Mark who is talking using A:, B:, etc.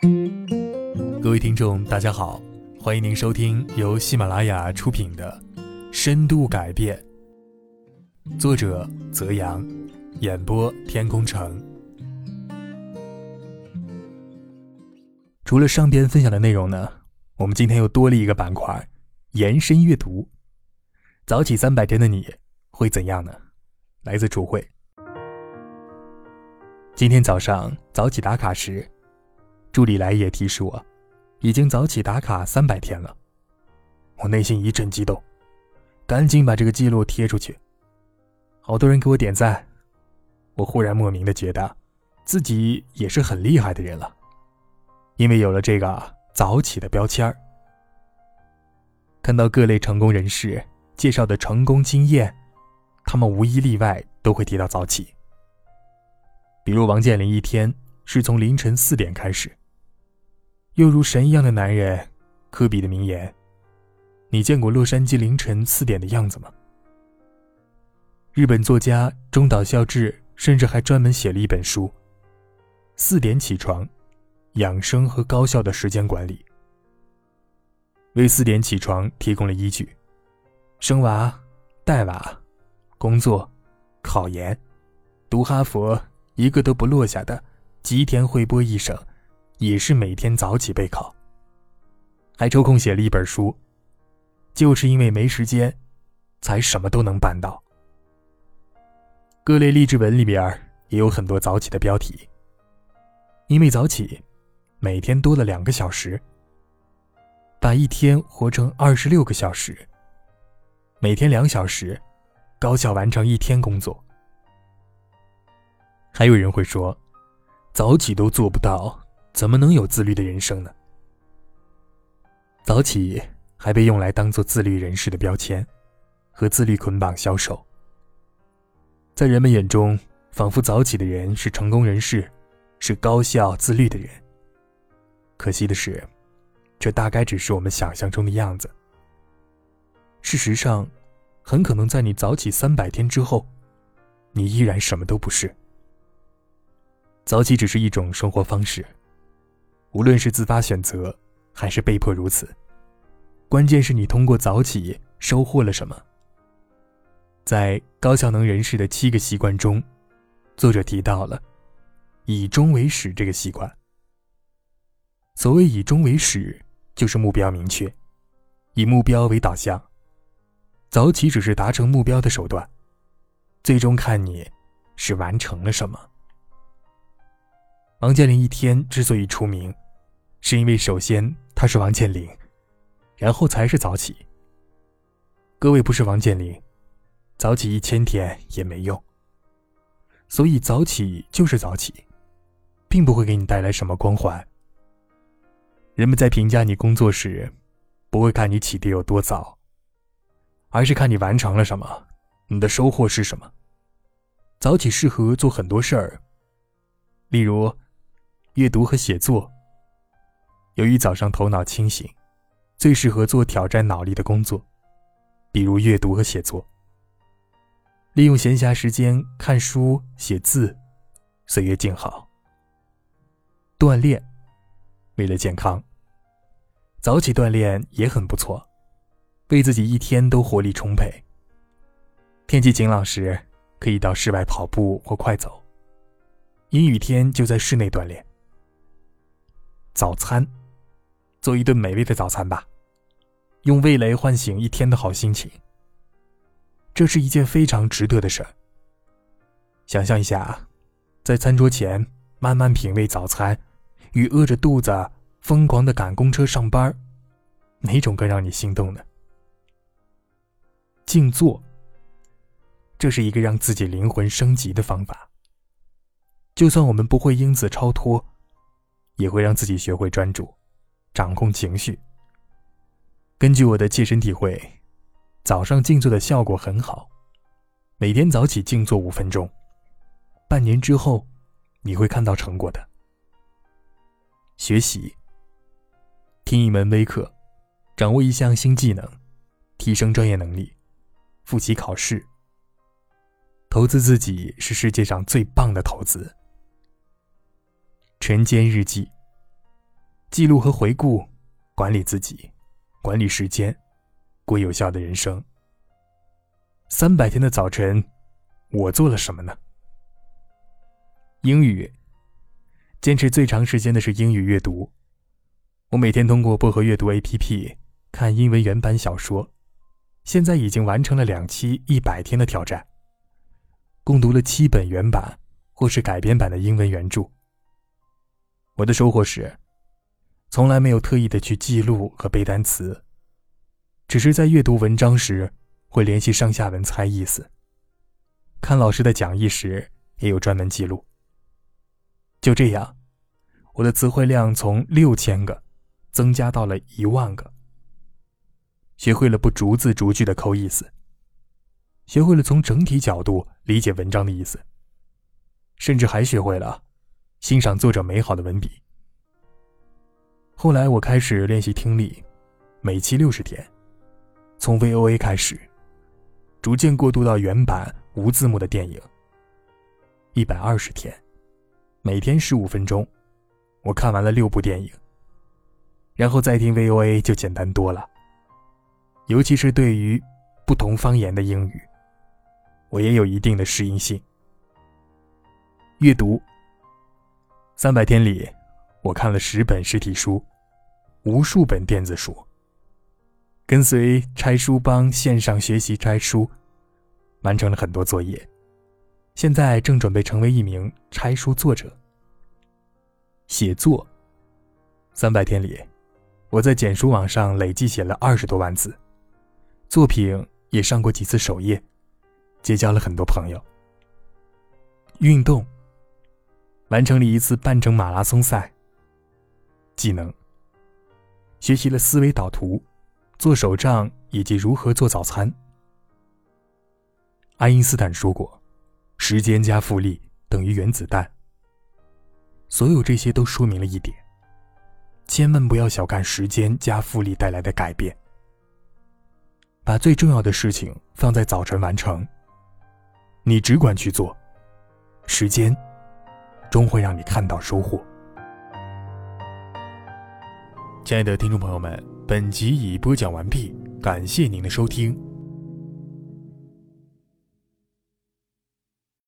A: 各位听众大家好，欢迎您收听由喜马拉雅出品的《深度改变》，作者泽阳，演播天空城。除了上边分享的内容呢，我们今天又多了一个板块，延伸阅读。早起300天的你会怎样呢？来自楚慧。今天早上早起打卡时，助理来也提示我已经早起打卡300天了。我内心一阵激动，赶紧把这个记录贴出去。好多人给我点赞，我忽然莫名的觉得自己也是很厉害的人了，因为有了这个早起的标签。看到各类成功人士介绍的成功经验，他们无一例外都会提到早起。比如王健林一天是从凌晨4点开始。又如神一样的男人科比的名言，你见过洛杉矶凌晨4点的样子吗？日本作家中岛孝志甚至还专门写了一本书，4点起床，养生和高效的时间管理，为4点起床提供了依据。生娃、带娃、工作、考研、读哈佛，一个都不落下的吉田惠波医生也是每天早起备考，还抽空写了一本书，就是因为没时间才什么都能办到。各类励志文里边也有很多早起的标题，因为早起每天多了2个小时，把一天活成26个小时，每天2小时，高效完成一天工作。还有人会说，早起都做不到，怎么能有自律的人生呢？早起还被用来当作自律人士的标签，和自律捆绑销售。在人们眼中，仿佛早起的人是成功人士，是高效自律的人。可惜的是，这大概只是我们想象中的样子。事实上，很可能在你早起300天之后，你依然什么都不是。早起只是一种生活方式，无论是自发选择还是被迫如此，关键是你通过早起收获了什么。在高效能人士的7个习惯中，作者提到了以终为始这个习惯。所谓以终为始，就是目标明确，以目标为导向。早起只是达成目标的手段，最终看你是完成了什么。王健林一天之所以出名，是因为首先他是王健林，然后才是早起。各位不是王健林，早起1000天也没用。所以早起就是早起，并不会给你带来什么光环。人们在评价你工作时，不会看你起得有多早，而是看你完成了什么，你的收获是什么。早起适合做很多事儿，例如阅读和写作。由于早上头脑清醒，最适合做挑战脑力的工作，比如阅读和写作。利用闲暇时间看书、写字，岁月静好。锻炼，为了健康，早起锻炼也很不错，为自己一天都活力充沛。天气晴朗时，可以到室外跑步或快走，阴雨天就在室内锻炼。早餐，做一顿美味的早餐吧，用味蕾唤醒一天的好心情。这是一件非常值得的事儿。想象一下，在餐桌前慢慢品味早餐，与饿着肚子疯狂地赶公车上班，哪种更让你心动呢？静坐，这是一个让自己灵魂升级的方法。就算我们不会因此超脱，也会让自己学会专注，掌控情绪。根据我的切身体会，早上静坐的效果很好。每天早起静坐5分钟，半年之后你会看到成果的。学习，听一门微课，掌握一项新技能，提升专业能力，复习考试。投资自己是世界上最棒的投资。晨间日记， 记录和回顾，管理自己，管理时间，过有效的人生。300天的早晨，我做了什么呢？英语，坚持最长时间的是英语阅读。我每天通过薄荷阅读 APP 看英文原版小说，现在已经完成了2期100天的挑战，共读了7本原版或是改编版的英文原著。我的收获是，从来没有特意的去记录和背单词，只是在阅读文章时会联系上下文猜意思，看老师的讲义时也有专门记录。就这样，我的词汇量从6000个增加到了10000个，学会了不逐字逐句的抠意思，学会了从整体角度理解文章的意思，甚至还学会了欣赏作者美好的文笔。后来我开始练习听力，每期60天，从 VOA 开始，逐渐过渡到原版无字幕的电影。120天，每天15分钟，我看完了6部电影。然后再听 VOA 就简单多了，尤其是对于不同方言的英语，我也有一定的适应性。阅读，300天里，我看了10本实体书，无数本电子书，跟随拆书帮线上学习拆书，完成了很多作业，现在正准备成为一名拆书作者。写作，300天里，我在简书网上累计写了20多万字，作品也上过几次首页，结交了很多朋友。运动，完成了1次半程马拉松赛。技能，学习了思维导图、做手账以及如何做早餐。爱因斯坦说过，时间加复利等于原子弹。所有这些都说明了一点，千万不要小看时间加复利带来的改变。把最重要的事情放在早晨完成，你只管去做，时间终会让你看到收获。亲爱的听众朋友们，本集已播讲完毕，感谢您的收听。